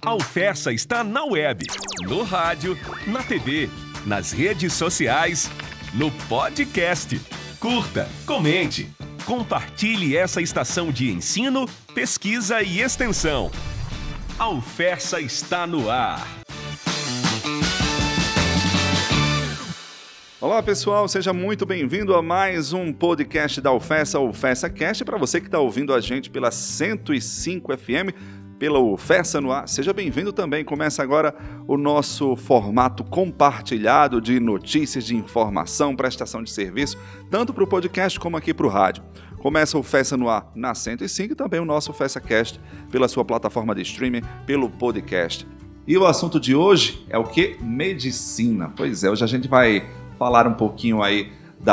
A UFESA está na web, no rádio, na TV, nas redes sociais, no podcast. Curta, comente, compartilhe essa estação de ensino, pesquisa e extensão. A UFESA está no ar. Olá pessoal, seja muito bem-vindo a mais um podcast da UFESA, o UFESAcast. Para você que está ouvindo a gente pela 105 FM, pela UFESA no ar, seja bem-vindo também. Começa agora o nosso formato compartilhado de notícias, de informação, prestação de serviço, tanto para o podcast como aqui para o rádio. Começa o UFESA no ar na 105 e também o nosso UFESAcast pela sua plataforma de streaming, pelo podcast. E o assunto de hoje é o quê? Medicina. Pois é, hoje a gente vai falar um pouquinho aí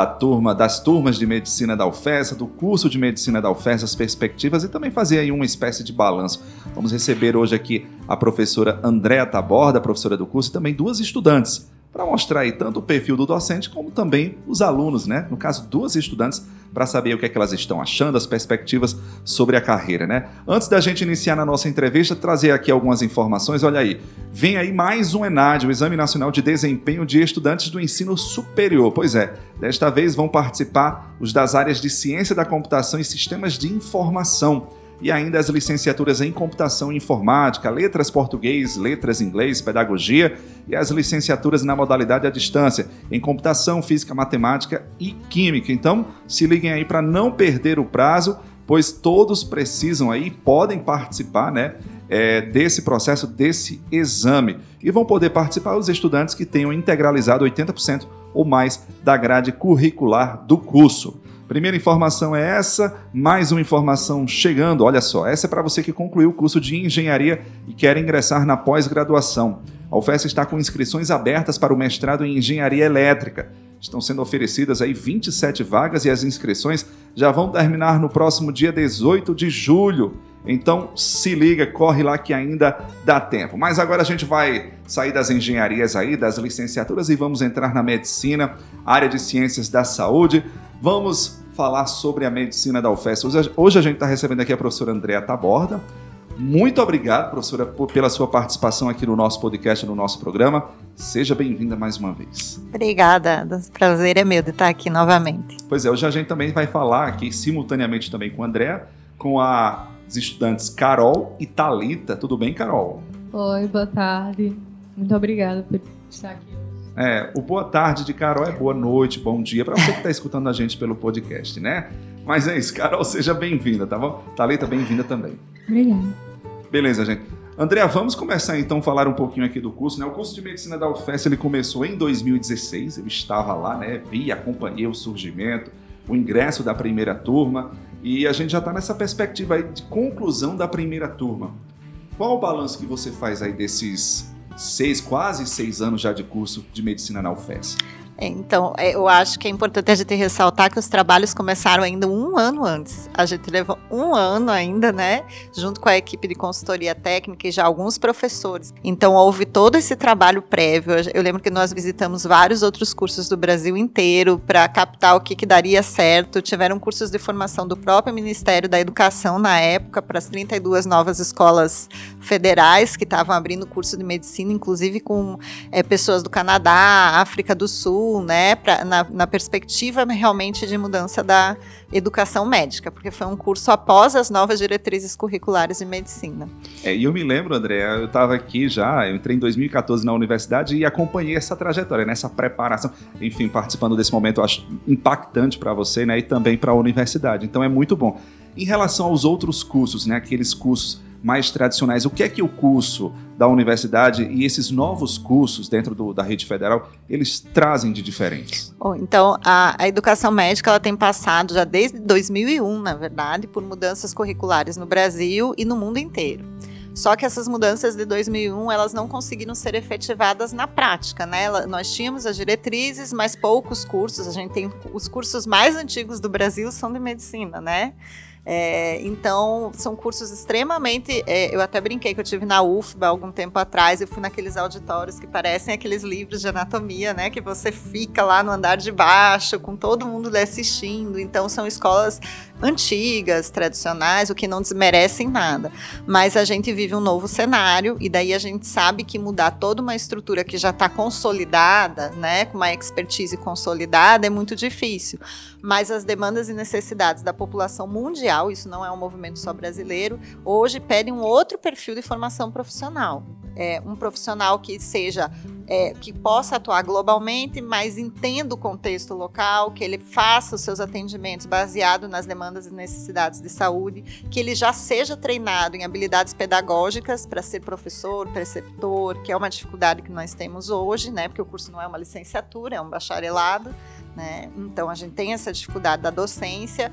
das turmas de medicina da UFESA, do curso de medicina da UFESA, as perspectivas e também fazer aí uma espécie de balanço. Vamos receber hoje aqui a professora Andréa Taborda, professora do curso, e também duas estudantes, para mostrar aí tanto o perfil do docente como também os alunos, né? No caso, duas estudantes, para saber o que é que elas estão achando, as perspectivas sobre a carreira, né? Antes da gente iniciar na nossa entrevista, trazer aqui algumas informações. Olha aí, vem aí mais um ENAD, o Exame Nacional de Desempenho de Estudantes do Ensino Superior. Pois é, desta vez vão participar os das áreas de Ciência da Computação e Sistemas de Informação, e ainda as licenciaturas em Computação e Informática, Letras Português, Letras Inglês, Pedagogia e as licenciaturas na modalidade à distância, em Computação, Física, Matemática e Química. Então, se liguem aí para não perder o prazo, pois todos precisam aí, podem participar, né, desse processo, desse exame. E vão poder participar os estudantes que tenham integralizado 80% ou mais da grade curricular do curso. Primeira informação é essa, mais uma informação chegando, olha só, essa é para você que concluiu o curso de Engenharia e quer ingressar na pós-graduação. A UFESA está com inscrições abertas para o mestrado em Engenharia Elétrica. Estão sendo oferecidas aí 27 vagas e as inscrições já vão terminar no próximo dia 18 de julho. Então se liga, corre lá que ainda dá tempo. Mas agora a gente vai sair das engenharias aí, das licenciaturas e vamos entrar na medicina, área de ciências da saúde. Vamos falar sobre a medicina da UFESA. Hoje a gente está recebendo aqui a professora Andréa Taborda. Muito obrigado, professora, pela sua participação aqui no nosso podcast, no nosso programa. Seja bem-vinda mais uma vez. Obrigada, o prazer é meu de estar aqui novamente. Pois é, hoje a gente também vai falar aqui simultaneamente também com a Andréa, com as estudantes Carol e Thalita. Tudo bem, Carol? Oi, boa tarde. Muito obrigada por estar aqui. O boa tarde de Carol é boa noite, bom dia, para você que está escutando a gente pelo podcast, né? Mas é isso, Carol, seja bem-vinda, tá bom? Thalita, bem-vinda também. Obrigada. Beleza, gente. Andréa, vamos começar então a falar um pouquinho aqui do curso, né? O curso de medicina da UFESA, ele começou em 2016, eu estava lá, né? Acompanhei o surgimento, o ingresso da primeira turma, e a gente já está nessa perspectiva aí de conclusão da primeira turma. Qual o balanço que você faz aí desses quase 6 anos já de curso de medicina na UFESA? Então, eu acho que é importante a gente ressaltar que os trabalhos começaram ainda um ano antes. A gente levou um ano ainda, né, junto com a equipe de consultoria técnica e já alguns professores. Então, houve todo esse trabalho prévio. Eu lembro que nós visitamos vários outros cursos do Brasil inteiro para captar o que daria certo. Tiveram cursos de formação do próprio Ministério da Educação na época para as 32 novas escolas federais que estavam abrindo curso de medicina, inclusive com pessoas do Canadá, África do Sul, né, na perspectiva realmente de mudança da educação médica, porque foi um curso após as novas diretrizes curriculares de medicina. E eu me lembro, André, eu estava aqui já, eu entrei em 2014 na universidade e acompanhei essa trajetória, nessa preparação, enfim, participando desse momento, eu acho impactante para você, né, e também para a universidade, então é muito bom. Em relação aos outros cursos, né, aqueles cursos mais tradicionais, o que é que o curso da universidade e esses novos cursos dentro da rede federal, eles trazem de diferentes? Então, a educação médica ela tem passado já desde 2001, na verdade, por mudanças curriculares no Brasil e no mundo inteiro. Só que essas mudanças de 2001, elas não conseguiram ser efetivadas na prática, né? Nós tínhamos as diretrizes, mas poucos cursos. A gente tem os cursos mais antigos do Brasil são de medicina, né? Então, são cursos extremamente... eu até brinquei que eu tive na UFBA algum tempo atrás, eu fui naqueles auditórios que parecem aqueles livros de anatomia, né? Que você fica lá no andar de baixo, com todo mundo assistindo. Então, são escolas antigas, tradicionais, o que não desmerecem nada. Mas a gente vive um novo cenário, e daí a gente sabe que mudar toda uma estrutura que já está consolidada, né, com uma expertise consolidada, é muito difícil. Mas as demandas e necessidades da população mundial, isso não é um movimento só brasileiro, hoje pedem um outro perfil de formação profissional. Um profissional que seja... que possa atuar globalmente, mas entenda o contexto local, que ele faça os seus atendimentos baseado nas demandas e necessidades de saúde, que ele já seja treinado em habilidades pedagógicas para ser professor, preceptor, que é uma dificuldade que nós temos hoje, né? Porque o curso não é uma licenciatura, é um bacharelado, né? Então a gente tem essa dificuldade da docência,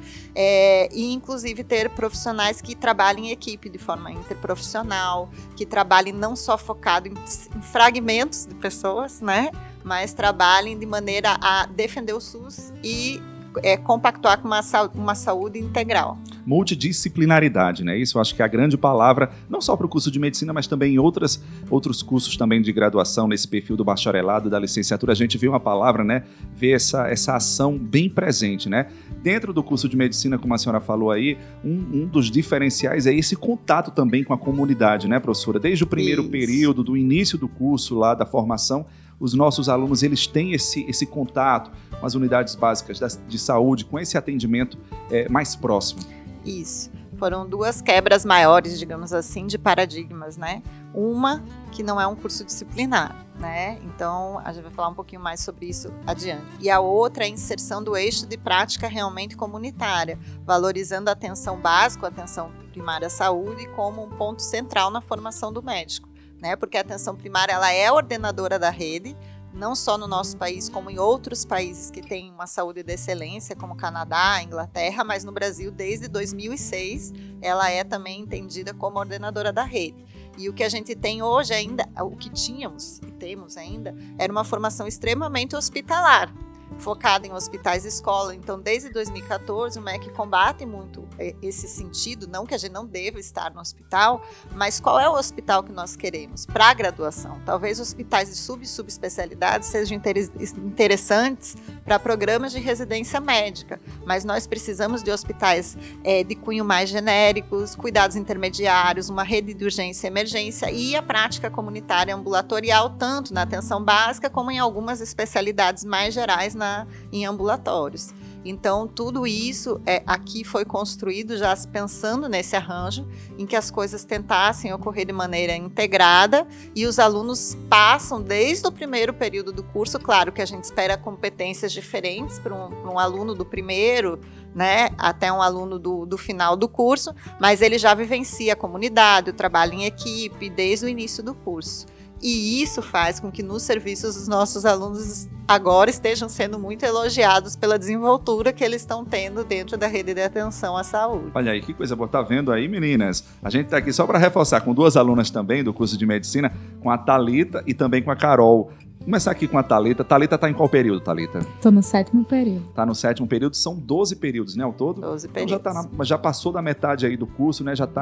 e inclusive ter profissionais que trabalhem em equipe de forma interprofissional, que trabalhem não só focado em fragmentos de pessoas, né? Mas trabalhem de maneira a defender o SUS e compactuar com uma saúde integral. Multidisciplinaridade, né? Isso eu acho que é a grande palavra, não só para o curso de medicina, mas também em outros cursos também de graduação, nesse perfil do bacharelado, da licenciatura. A gente vê uma palavra, né? Vê essa ação bem presente, né? Dentro do curso de medicina, como a senhora falou aí, um dos diferenciais é esse contato também com a comunidade, né, professora? Desde o primeiro período, do início do curso lá, da formação, os nossos alunos, eles têm esse contato com as unidades básicas de saúde, com esse atendimento mais próximo. Isso. Foram duas quebras maiores, digamos assim, de paradigmas, né? Uma, que não é um curso disciplinar, né? Então, a gente vai falar um pouquinho mais sobre isso adiante. E a outra é a inserção do eixo de prática realmente comunitária, valorizando a atenção básica, a atenção primária à saúde, como um ponto central na formação do médico, né? Porque a atenção primária, ela é a ordenadora da rede, não só no nosso país, como em outros países que têm uma saúde de excelência, como Canadá, Inglaterra, mas no Brasil, desde 2006, ela é também entendida como ordenadora da rede. E o que a gente tem hoje ainda, o que tínhamos e temos ainda, era uma formação extremamente hospitalar, focada em hospitais e escola. Então, desde 2014, o MEC combate muito esse sentido, não que a gente não deva estar no hospital, mas qual é o hospital que nós queremos para a graduação? Talvez hospitais de subespecialidades sejam interessantes para programas de residência médica, mas nós precisamos de hospitais de cunho mais genéricos, cuidados intermediários, uma rede de urgência e emergência e a prática comunitária ambulatorial, tanto na atenção básica como em algumas especialidades mais gerais em ambulatórios. Então, tudo isso aqui foi construído já pensando nesse arranjo, em que as coisas tentassem ocorrer de maneira integrada e os alunos passam desde o primeiro período do curso. Claro que a gente espera competências diferentes para um aluno do primeiro, né, até um aluno do final do curso, mas ele já vivencia a comunidade, o trabalho em equipe desde o início do curso. E isso faz com que nos serviços os nossos alunos agora estejam sendo muito elogiados pela desenvoltura que eles estão tendo dentro da rede de atenção à saúde. Olha aí, que coisa boa. Tá vendo aí, meninas? A gente tá aqui só para reforçar com duas alunas também do curso de medicina, com a Thalita e também com a Carol. Começar aqui com a Thalita. Thalita tá em qual período, Thalita? Tô no 7º período. Tá no 7º período, são 12 períodos, né, ao todo? 12 períodos. Então já passou da metade aí do curso, né? Já tá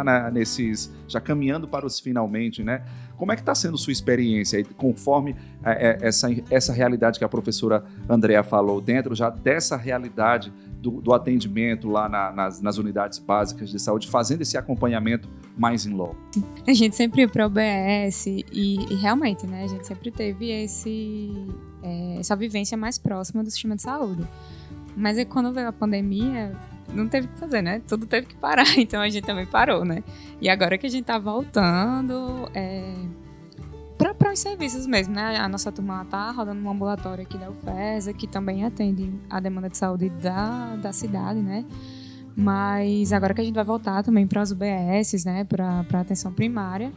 já caminhando para os finalmente, né? Como é que tá sendo sua experiência aí, conforme essa realidade que a professora Andrea falou, dentro já dessa realidade do atendimento lá nas unidades básicas de saúde, fazendo esse acompanhamento mais em loco? A gente sempre ia para o OBS e realmente, né, a gente sempre teve essa vivência mais próxima do sistema de saúde. Mas aí, quando veio a pandemia, não teve o que fazer, né? Tudo teve que parar, então a gente também parou, né? E agora que a gente tá voltando para os serviços mesmo, né? A nossa turma tá rodando um ambulatório aqui da UFESA, que também atende a demanda de saúde da cidade, né? Mas agora que a gente vai voltar também para as UBSs, né? Para atenção primária.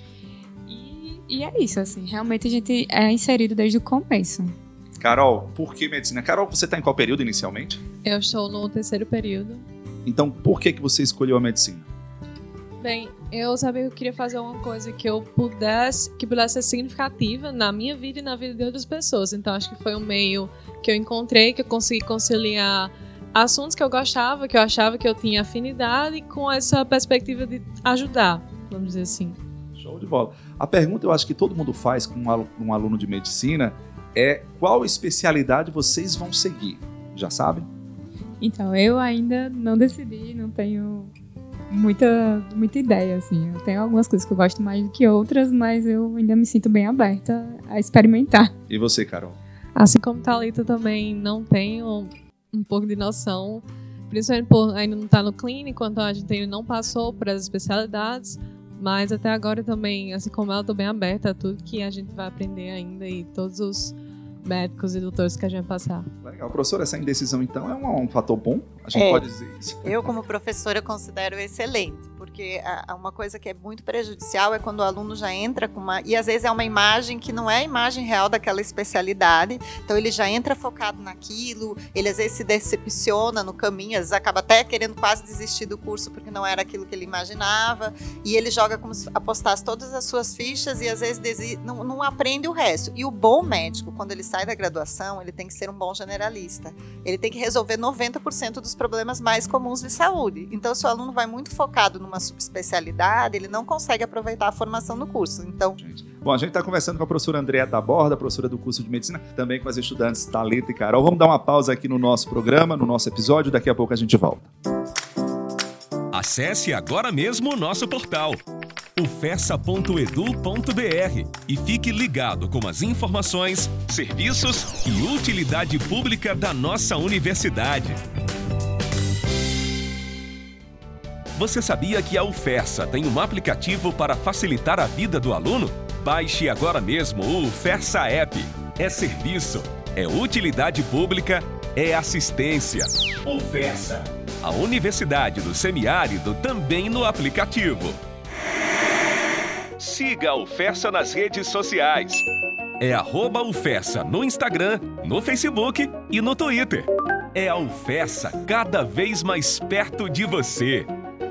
E é isso, assim. Realmente a gente é inserido desde o começo. Carol, por que medicina? Carol, você está em qual período inicialmente? Eu estou no 3º período. Então, por que você escolheu a medicina? Bem, eu sabia que eu queria fazer uma coisa que pudesse ser significativa na minha vida e na vida de outras pessoas. Então, acho que foi um meio que eu encontrei, que eu consegui conciliar assuntos que eu gostava, que eu achava que eu tinha afinidade, com essa perspectiva de ajudar, vamos dizer assim. Show de bola. A pergunta eu acho que todo mundo faz com um aluno de medicina é: qual especialidade vocês vão seguir? Já sabem? Então, eu ainda não decidi, não tenho muita ideia, assim. Eu tenho algumas coisas que eu gosto mais do que outras, mas eu ainda me sinto bem aberta a experimentar. E você, Carol? Assim como Thalita, também não tenho um pouco de noção, principalmente por ainda não estar no clínico, então a gente ainda não passou para as especialidades, mas até agora também, assim como ela, estou bem aberta a tudo que a gente vai aprender ainda e todos os médicos e doutores que a gente vai passar. Legal. Professora, essa indecisão então é um fator bom? A gente pode dizer isso. Eu, como professora, considero excelente, porque uma coisa que é muito prejudicial é quando o aluno já entra com uma... E às vezes é uma imagem que não é a imagem real daquela especialidade, então ele já entra focado naquilo, ele às vezes se decepciona no caminho, às vezes acaba até querendo quase desistir do curso porque não era aquilo que ele imaginava, e ele joga como se apostasse todas as suas fichas e às vezes não aprende o resto. E o bom médico, quando ele sai da graduação, ele tem que ser um bom generalista. Ele tem que resolver 90% dos problemas mais comuns de saúde. Então, se o aluno vai muito focado numa subespecialidade, ele não consegue aproveitar a formação no curso. Então, Bom, a gente está conversando com a professora Andréa Taborda, professora do curso de medicina, também com as estudantes Thalita e Carol. Vamos dar uma pausa aqui no nosso programa, no nosso episódio, daqui a pouco a gente volta. Acesse agora mesmo o nosso portal ufessa.edu.br e fique ligado com as informações, serviços e utilidade pública da nossa universidade. Você sabia que a Ufessa tem um aplicativo para facilitar a vida do aluno? Baixe agora mesmo o Ufessa App. É serviço, é utilidade pública, é assistência. Ufessa, a Universidade do Semiárido também no aplicativo. Siga a Ufessa nas redes sociais. É @Ufessa no Instagram, no Facebook e no Twitter. É a Ufessa cada vez mais perto de você.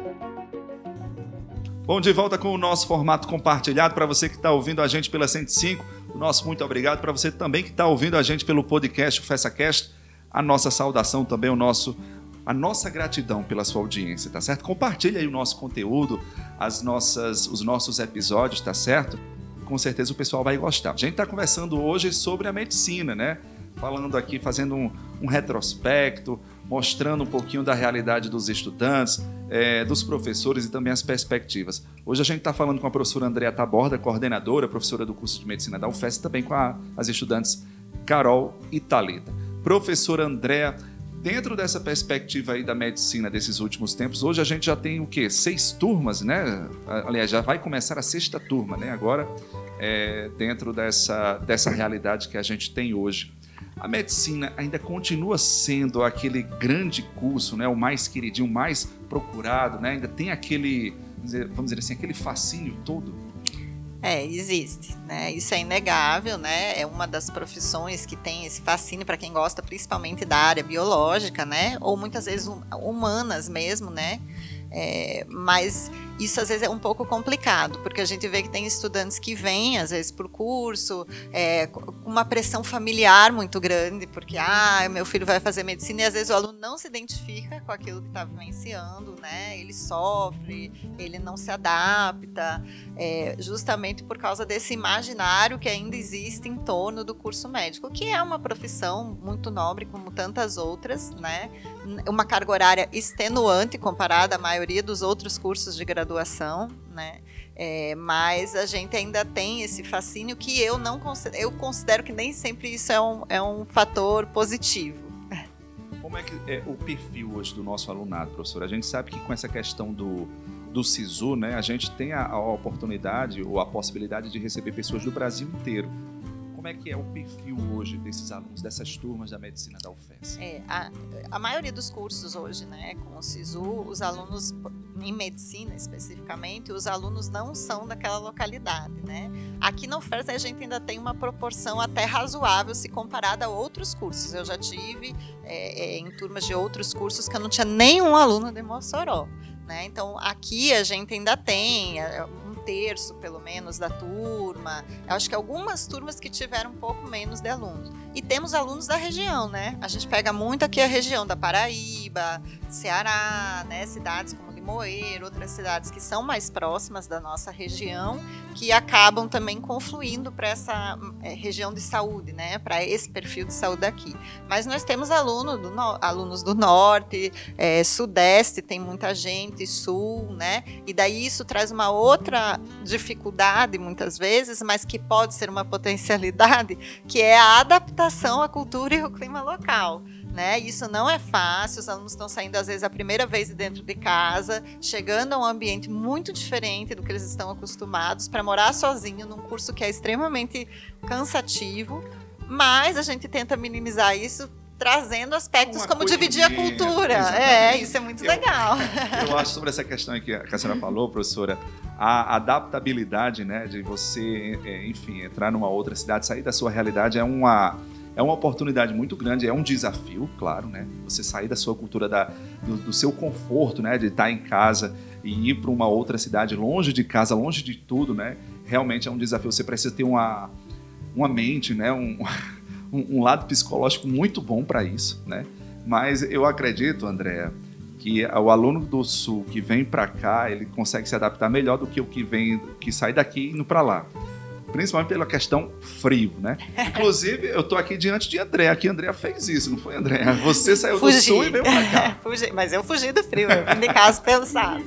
Bom, de volta com o nosso formato compartilhado. Para você que está ouvindo a gente pela 105, o nosso muito obrigado. Para você também que está ouvindo a gente pelo podcast, o FessaCast, a nossa saudação também, a nossa gratidão pela sua audiência, tá certo? Compartilha aí o nosso conteúdo, os nossos episódios, tá certo? Com certeza o pessoal vai gostar. A gente está conversando hoje sobre a medicina, né? Falando aqui, fazendo um retrospecto, mostrando um pouquinho da realidade dos estudantes, dos professores e também as perspectivas. Hoje a gente está falando com a professora Andréa Taborda, coordenadora, professora do curso de medicina da UFES, também com as estudantes Carol e Thalita. Professora Andréa, dentro dessa perspectiva aí da medicina desses últimos tempos, hoje a gente já tem o quê? 6 turmas, né? Aliás, já vai começar a 6ª turma, né? Agora, dentro dessa realidade que a gente tem hoje. A medicina ainda continua sendo aquele grande curso, né? O mais queridinho, o mais procurado, né? Ainda tem aquele, vamos dizer assim, aquele fascínio todo? Existe, né? Isso é inegável, né? É uma das profissões que tem esse fascínio para quem gosta principalmente da área biológica, né? Ou muitas vezes humanas mesmo, né? Mas isso às vezes é um pouco complicado, porque a gente vê que tem estudantes que vêm, às vezes, para o curso, com uma pressão familiar muito grande, porque meu filho vai fazer medicina, e às vezes o aluno não se identifica com aquilo que está vivenciando, né? Ele sofre, ele não se adapta, justamente por causa desse imaginário que ainda existe em torno do curso médico, que é uma profissão muito nobre, como tantas outras, né? Uma carga horária extenuante comparada à maioria dos outros cursos de graduação, né? Mas a gente ainda tem esse fascínio que eu considero que nem sempre isso é um fator positivo. Como é que é o perfil hoje do nosso alunado, professora? A gente sabe que com essa questão do SISU, né, a gente tem a oportunidade ou a possibilidade de receber pessoas do Brasil inteiro. Como é que é o perfil hoje desses alunos, dessas turmas da medicina da UFES? A maioria dos cursos hoje, né, com o SISU, os alunos, em medicina especificamente, os alunos não são daquela localidade, né? Aqui na UFES a gente ainda tem uma proporção até razoável se comparada a outros cursos. Eu já tive em turmas de outros cursos que eu não tinha nenhum aluno de Mossoró, né? Então aqui a gente ainda tem terço, pelo menos, da turma. Eu acho que algumas turmas que tiveram um pouco menos de alunos. E temos alunos da região, né? A gente pega muito aqui a região da Paraíba, Ceará, né? Cidades como Limoeiro, outras cidades que são mais próximas da nossa região, que acabam também confluindo para essa região de saúde, né? Para esse perfil de saúde aqui. Mas nós temos alunos do norte, sudeste, tem muita gente, sul, né? E daí isso traz uma outra dificuldade, muitas vezes, mas que pode ser uma potencialidade, que é a adaptação à cultura e ao clima local. Né? Isso não é fácil, os alunos estão saindo às vezes a primeira vez de dentro de casa, chegando a um ambiente muito diferente do que eles estão acostumados, para morar sozinho num curso que é extremamente cansativo, mas a gente tenta minimizar isso trazendo aspectos como dividir a cultura. Isso é muito legal. Eu acho sobre essa questão que a senhora falou, professora, a adaptabilidade, né, de você, enfim, entrar numa outra cidade, sair da sua realidade é uma oportunidade muito grande, é um desafio, claro, né? Você sair da sua cultura, do seu conforto, né? De estar em casa e ir para uma outra cidade, longe de casa, longe de tudo, né? Realmente é um desafio. Você precisa ter uma mente, né? Um lado psicológico muito bom para isso, né? Mas eu acredito, Andréa, que o aluno do Sul que vem para cá, ele consegue se adaptar melhor do que o que sai daqui indo para lá. Principalmente pela questão frio, né? Inclusive, eu tô aqui diante de Andréa. Aqui a Andréa fez isso, não foi, Andréa? Você saiu do Sul e veio pra cá. Mas eu fugi do frio, eu vim de casa pensar.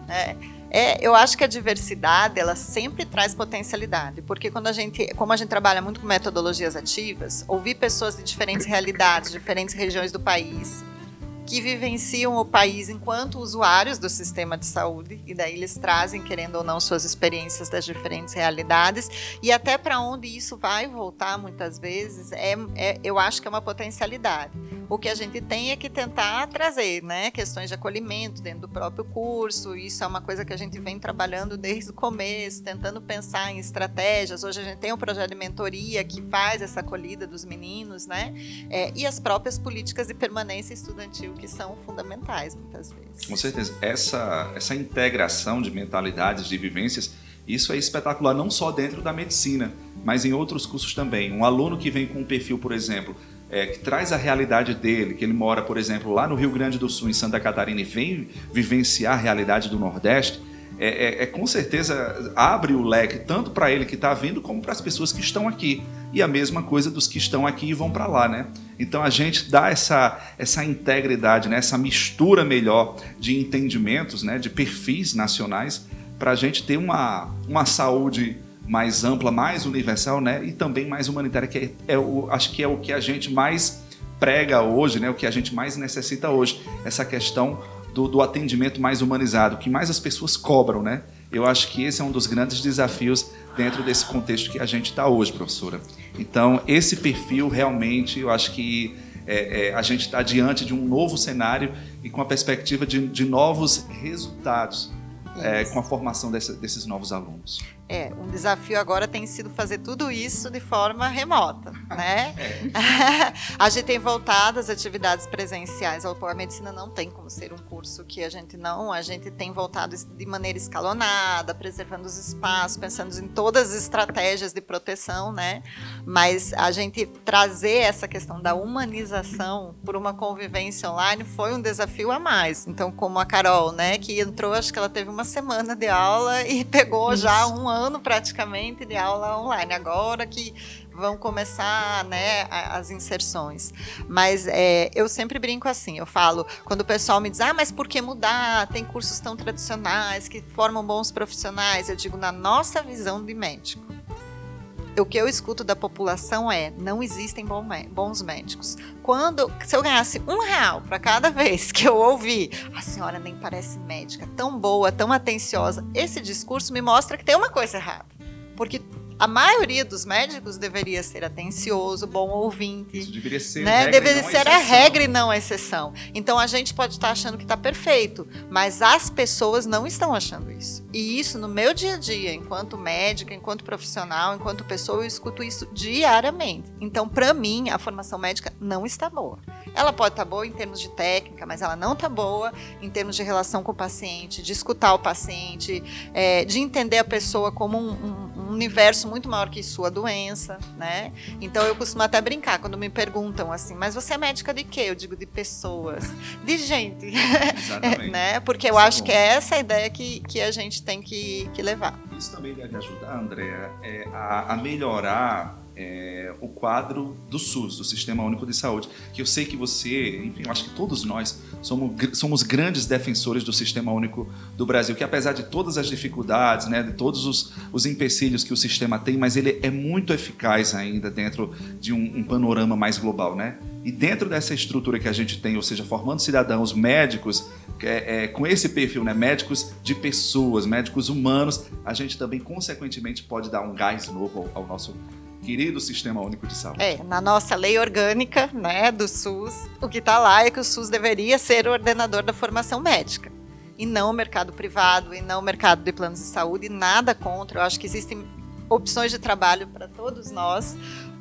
Eu acho que a diversidade, ela sempre traz potencialidade, porque como a gente trabalha muito com metodologias ativas, ouvir pessoas de diferentes realidades, diferentes regiões do país, que vivenciam o país enquanto usuários do sistema de saúde, e daí eles trazem, querendo ou não, suas experiências das diferentes realidades, e até para onde isso vai voltar muitas vezes, eu acho que é uma potencialidade. O que a gente tem é que tentar trazer, né, questões de acolhimento dentro do próprio curso. Isso é uma coisa que a gente vem trabalhando desde o começo, tentando pensar em estratégias. Hoje a gente tem um projeto de mentoria que faz essa acolhida dos meninos, né, e as próprias políticas de permanência estudantil, que são fundamentais muitas vezes. Com certeza. Essa integração de mentalidades, de vivências, isso é espetacular, não só dentro da medicina, mas em outros cursos também. Um aluno que vem com um perfil, por exemplo, que traz a realidade dele, que ele mora, por exemplo, lá no Rio Grande do Sul, em Santa Catarina, e vem vivenciar a realidade do Nordeste, com certeza abre o leque tanto para ele que está vindo, como para as pessoas que estão aqui. E a mesma coisa dos que estão aqui e vão para lá, né? Então a gente dá essa integridade, né? Essa mistura melhor de entendimentos, né? De perfis nacionais, para a gente ter uma saúde mais ampla, mais universal, né? E também mais humanitária, que acho que é o que a gente mais prega hoje, né? O que a gente mais necessita hoje, essa questão do atendimento mais humanizado, que mais as pessoas cobram, né? Eu acho que esse é um dos grandes desafios dentro desse contexto que a gente está hoje, professora. Então, esse perfil realmente, eu acho que a gente está diante de um novo cenário e com a perspectiva de novos resultados com a formação desses novos alunos. Um desafio agora tem sido fazer tudo isso de forma remota, né? A gente tem voltado às atividades presenciais. A medicina não tem como ser um curso que a gente tem voltado de maneira escalonada, preservando os espaços, pensando em todas as estratégias de proteção, né? Mas a gente trazer essa questão da humanização por uma convivência online foi um desafio a mais. Então, como a Carol, né, que entrou, acho que ela teve uma semana de aula e pegou já um ano praticamente de aula online, agora que vão começar, né, as inserções. Mas eu sempre brinco assim, eu falo, quando o pessoal me diz, mas por que mudar? Tem cursos tão tradicionais que formam bons profissionais. Eu digo, na nossa visão de médico, o que eu escuto da população não existem bons médicos. Se eu ganhasse R$1 para cada vez que eu ouvi, a senhora nem parece médica, tão boa, tão atenciosa, esse discurso me mostra que tem uma coisa errada. Porque a maioria dos médicos deveria ser atencioso, bom ouvinte. Isso deveria ser né? regra Deveria e não ser a exceção. regra e não a exceção. Então a gente pode estar achando que está perfeito, mas as pessoas não estão achando isso. E isso no meu dia a dia, enquanto médica, enquanto profissional, enquanto pessoa, eu escuto isso diariamente. Então, para mim, a formação médica não está boa. Ela pode estar boa em termos de técnica, mas ela não está boa em termos de relação com o paciente, de escutar o paciente, de entender a pessoa como um universo muito maior que sua doença, né? Então eu costumo até brincar quando me perguntam assim, mas você é médica de quê? Eu digo de pessoas, de gente. Exatamente. Né? Porque eu Isso é acho bom. que é essa a ideia que a gente tem que levar. Isso também deve ajudar, Andréa, a melhorar o quadro do SUS, do Sistema Único de Saúde, que eu sei que você, enfim, eu acho que todos nós somos grandes defensores do Sistema Único do Brasil, que apesar de todas as dificuldades, né, de todos os empecilhos que o sistema tem, mas ele é muito eficaz ainda dentro de um panorama mais global, né? E dentro dessa estrutura que a gente tem, ou seja, formando cidadãos, médicos, com esse perfil, né, médicos de pessoas, médicos humanos, a gente também, consequentemente, pode dar um gás novo ao nosso querido Sistema Único de Saúde. Na nossa lei orgânica, né, do SUS, o que está lá é que o SUS deveria ser o ordenador da formação médica, e não o mercado privado, e não o mercado de planos de saúde, nada contra. Eu acho que existem opções de trabalho para todos nós,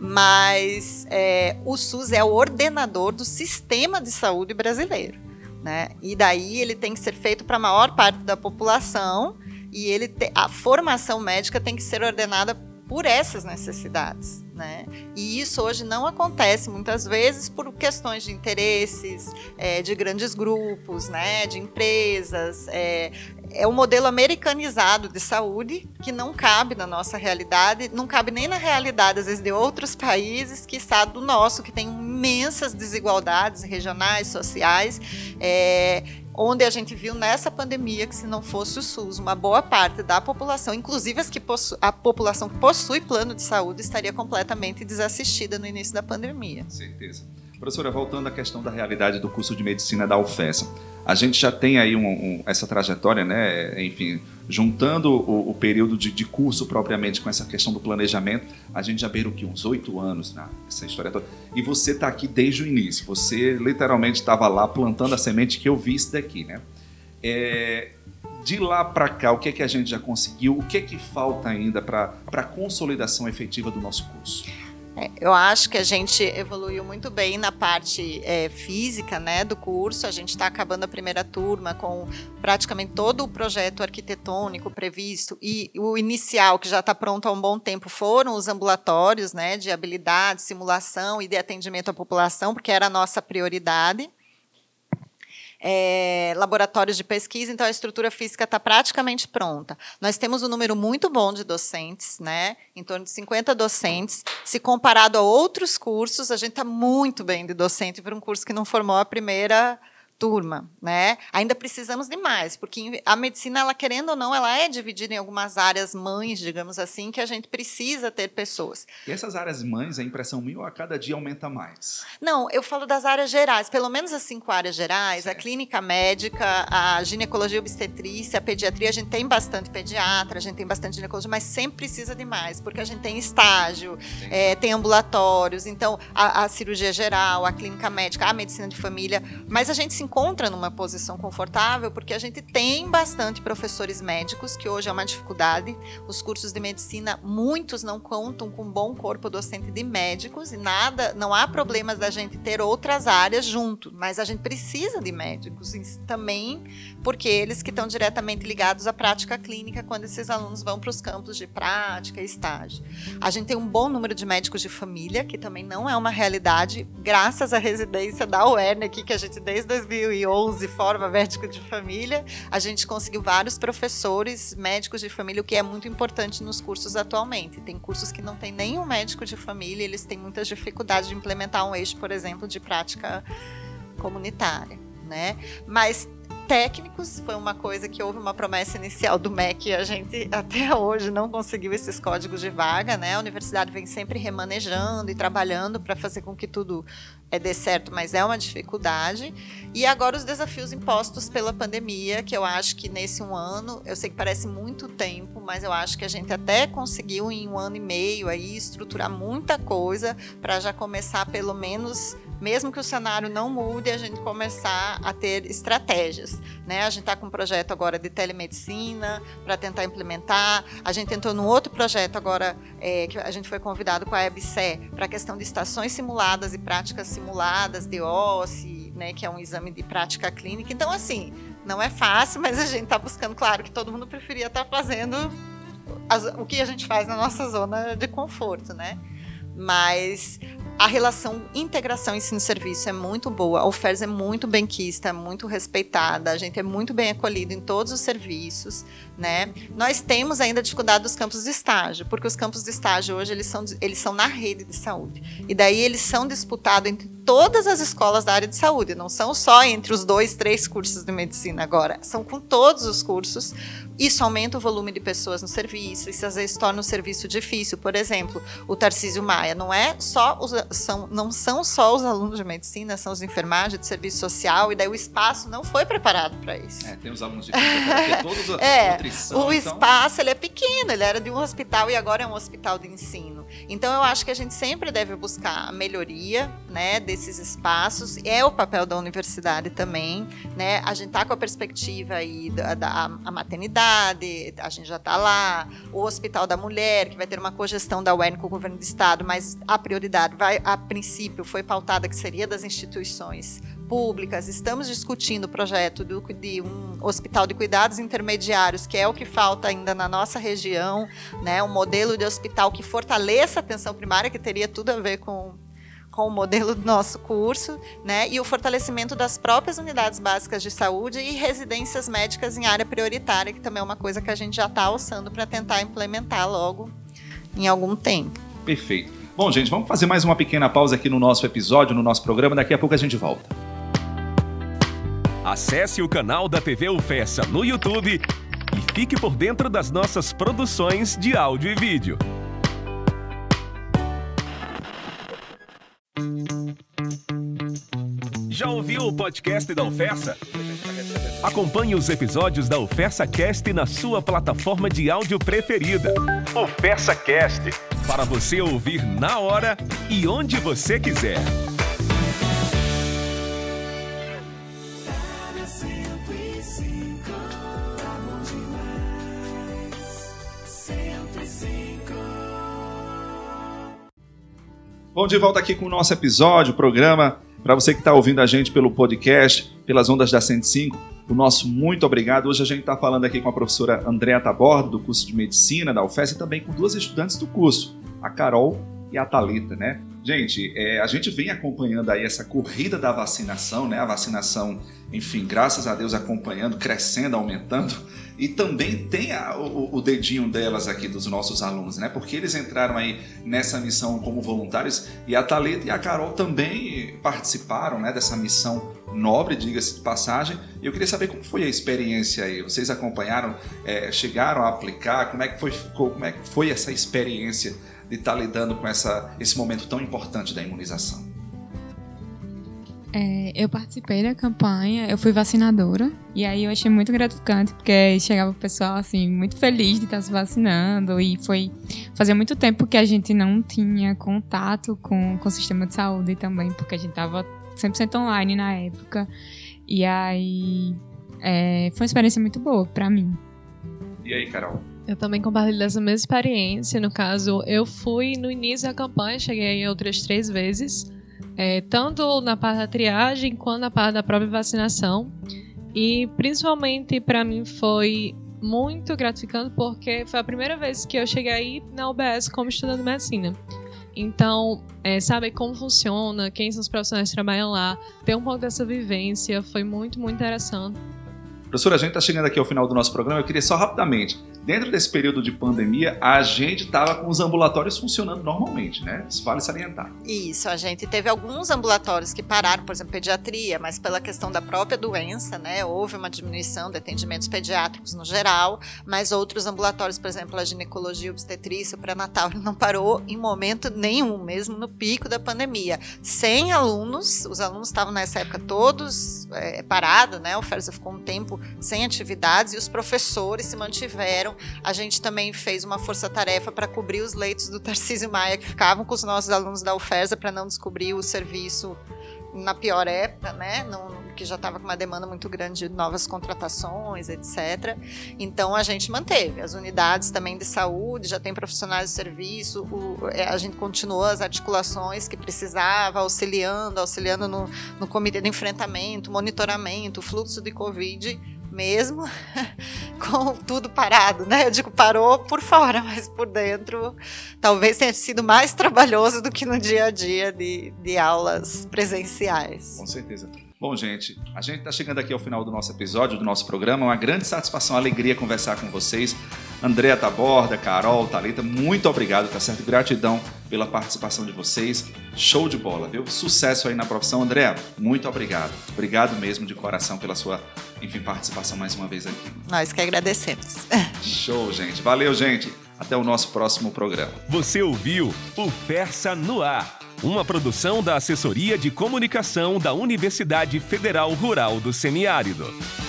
mas o SUS é o ordenador do sistema de saúde brasileiro, né? E daí ele tem que ser feito para a maior parte da população, e a formação médica tem que ser ordenada por essas necessidades, né? E isso hoje não acontece muitas vezes por questões de interesses, de grandes grupos, né? De empresas. É um modelo americanizado de saúde que não cabe na nossa realidade, não cabe nem na realidade, às vezes, de outros países, que está do nosso, que tem imensas desigualdades regionais, sociais, onde a gente viu nessa pandemia que, se não fosse o SUS, uma boa parte da população, inclusive a população que possui plano de saúde, estaria completamente desassistida no início da pandemia. Certeza. Professora, voltando à questão da realidade do curso de medicina da UFESA, a gente já tem aí essa trajetória, né? Enfim, juntando o período de curso propriamente com essa questão do planejamento, a gente já beira uns 8 anos nessa história toda. E você está aqui desde o início, você literalmente estava lá plantando a semente que eu vi isso daqui, né? De lá para cá, o que é que a gente já conseguiu? O que é que falta ainda para a consolidação efetiva do nosso curso? Eu acho que a gente evoluiu muito bem na parte física, né, do curso. A gente está acabando a primeira turma com praticamente todo o projeto arquitetônico previsto, e o inicial, que já está pronto há um bom tempo, foram os ambulatórios, né, de habilidade, simulação e de atendimento à população, porque era a nossa prioridade. Laboratórios de pesquisa, então a estrutura física está praticamente pronta. Nós temos um número muito bom de docentes, né? Em torno de 50 docentes. Se comparado a outros cursos, a gente está muito bem de docente para um curso que não formou a primeira turma, né? Ainda precisamos de mais, porque a medicina, ela, querendo ou não, ela é dividida em algumas áreas mães, digamos assim, que a gente precisa ter pessoas. E essas áreas mães, a impressão minha, a cada dia aumenta mais? Não, eu falo das áreas gerais, pelo menos as 5 áreas gerais, certo. A clínica médica, a ginecologia e obstetrícia, a pediatria, a gente tem bastante pediatra, a gente tem bastante ginecologia, mas sempre precisa de mais, porque a gente tem estágio, tem ambulatórios, então a cirurgia geral, a clínica médica, a medicina de família, mas a gente se encontra numa posição confortável porque a gente tem bastante professores médicos, que hoje é uma dificuldade. Os cursos de medicina, muitos não contam com um bom corpo docente de médicos, e não há problemas da gente ter outras áreas junto, mas a gente precisa de médicos também, porque eles que estão diretamente ligados à prática clínica quando esses alunos vão para os campos de prática e estágio. A gente tem um bom número de médicos de família, que também não é uma realidade, graças à residência da UERN aqui, que a gente desde 2011 forma médico de família. A gente conseguiu vários professores médicos de família, o que é muito importante nos cursos atualmente. Tem cursos que não tem nenhum médico de família, eles têm muitas dificuldades de implementar um eixo, por exemplo, de prática comunitária, né? Mas técnicos, foi uma coisa que houve uma promessa inicial do MEC e a gente até hoje não conseguiu esses códigos de vaga, né? A universidade vem sempre remanejando e trabalhando para fazer com que tudo dê certo, mas é uma dificuldade. E agora os desafios impostos pela pandemia, que eu acho que nesse 1 ano, eu sei que parece muito tempo, mas eu acho que a gente até conseguiu em 1 ano e meio aí estruturar muita coisa para já começar pelo menos, mesmo que o cenário não mude, a gente começar a ter estratégias, né? A gente está com um projeto agora de telemedicina para tentar implementar. A gente entrou num outro projeto agora, que a gente foi convidado com a EBSE para a questão de estações simuladas e práticas simuladas de OSCE, né? Que é um exame de prática clínica. Então, assim, não é fácil, mas a gente está buscando, claro, que todo mundo preferia estar fazendo o que a gente faz na nossa zona de conforto, né? Mas a relação integração ensino-serviço é muito boa, a UFERJ é muito benquista, é muito respeitada, a gente é muito bem acolhido em todos os serviços, né? Nós temos ainda dificuldade dos campos de estágio, porque os campos de estágio hoje eles são na rede de saúde, e daí eles são disputados entre todas as escolas da área de saúde, não são só entre os 2, 3 cursos de medicina agora, são com todos os cursos. Isso aumenta o volume de pessoas no serviço, isso às vezes torna o serviço difícil. Por exemplo, o Tarcísio Maia não são só os alunos de medicina, são os de enfermagem, de serviço social, e daí o espaço não foi preparado para isso. Tem os alunos de fisioterapia, todos a nutrição. O espaço ele é pequeno, ele era de um hospital e agora é um hospital de ensino. Então eu acho que a gente sempre deve buscar a melhoria, né, desses espaços, é o papel da universidade também, né? A gente está com a perspectiva aí da maternidade, a gente já está lá, o Hospital da Mulher, que vai ter uma cogestão da UERN com o governo do estado, mas a prioridade a princípio foi pautada que seria das instituições públicas. Estamos discutindo o projeto de um hospital de cuidados intermediários, que é o que falta ainda na nossa região, né? Um modelo de hospital que fortaleça a atenção primária, que teria tudo a ver com o modelo do nosso curso, né? E o fortalecimento das próprias unidades básicas de saúde e residências médicas em área prioritária, que também é uma coisa que a gente já está alçando para tentar implementar logo em algum tempo. Perfeito. Bom, gente, vamos fazer mais uma pequena pausa aqui no nosso episódio, no nosso programa. Daqui a pouco a gente volta. Acesse o canal da TV UFESA no YouTube e fique por dentro das nossas produções de áudio e vídeo. Já ouviu o podcast da UFESA? Acompanhe os episódios da UFESAcast na sua plataforma de áudio preferida. UFESAcast, para você ouvir na hora e onde você quiser. Bom, de volta aqui com o nosso episódio, programa. Para você que está ouvindo a gente pelo podcast, pelas ondas da 105, o nosso muito obrigado. Hoje a gente está falando aqui com a professora Andréa Taborda, do curso de Medicina da UFES, e também com 2 estudantes do curso, a Carol e a Thalita, né? Gente, a gente vem acompanhando aí essa corrida da vacinação, né? A vacinação, enfim, graças a Deus acompanhando, crescendo, aumentando. E também tem o dedinho delas aqui, dos nossos alunos, né? Porque eles entraram aí nessa missão como voluntários, e a Thalita e a Carol também participaram, né, dessa missão nobre, diga-se de passagem. E eu queria saber como foi a experiência aí. Vocês acompanharam, chegaram a aplicar? Como é que foi essa experiência de estar lidando com esse momento tão importante da imunização? Eu participei da campanha, eu fui vacinadora, e aí eu achei muito gratificante, porque chegava o pessoal assim, muito feliz de estar se vacinando, e fazia muito tempo que a gente não tinha contato com o sistema de saúde também, porque a gente estava 100% online na época, e aí foi uma experiência muito boa para mim. E aí, Carol? Eu também compartilho dessa mesma experiência. No caso, eu fui no início da campanha, cheguei outras 3 vezes, tanto na parte da triagem quanto na parte da própria vacinação. E principalmente para mim foi muito gratificante, porque foi a primeira vez que eu cheguei na UBS como estudante de medicina. Então, saber como funciona, quem são os profissionais que trabalham lá, ter um pouco dessa vivência, foi muito, muito interessante. Professora, a gente está chegando aqui ao final do nosso programa. Eu queria só rapidamente, dentro desse período de pandemia, a gente estava com os ambulatórios funcionando normalmente, né? Isso vale salientar. Isso, a gente teve alguns ambulatórios que pararam, por exemplo, pediatria, mas pela questão da própria doença, né? Houve uma diminuição de atendimentos pediátricos no geral, mas outros ambulatórios, por exemplo, a ginecologia, obstetrícia, o pré-natal, não parou em momento nenhum, mesmo no pico da pandemia. Sem alunos, os alunos estavam nessa época todos parados, né? O FERSA ficou um tempo sem atividades e os professores se mantiveram. A gente também fez uma força-tarefa para cobrir os leitos do Tarcísio Maia que ficavam com os nossos alunos da UFERSA para não descobrir o serviço na pior época, né? Que já estava com uma demanda muito grande de novas contratações, etc. Então a gente manteve as unidades também de saúde, já tem profissionais de serviço, a gente continuou as articulações que precisava, auxiliando no comitê de enfrentamento, monitoramento, fluxo de Covid, mesmo com tudo parado, né? Eu digo parou por fora, mas por dentro talvez tenha sido mais trabalhoso do que no dia a dia de aulas presenciais. Com certeza. Bom, gente, a gente está chegando aqui ao final do nosso episódio, do nosso programa. Uma grande satisfação, alegria conversar com vocês. Andréa Taborda, Carol, Thalita, muito obrigado, tá certo? Gratidão pela participação de vocês. Show de bola, viu? Sucesso aí na profissão. Andréa, muito obrigado. Obrigado mesmo de coração pela sua, participação mais uma vez aqui. Nós que agradecemos. Show, gente. Valeu, gente. Até o nosso próximo programa. Você ouviu o FERSA no Ar, uma produção da Assessoria de Comunicação da Universidade Federal Rural do Semiárido.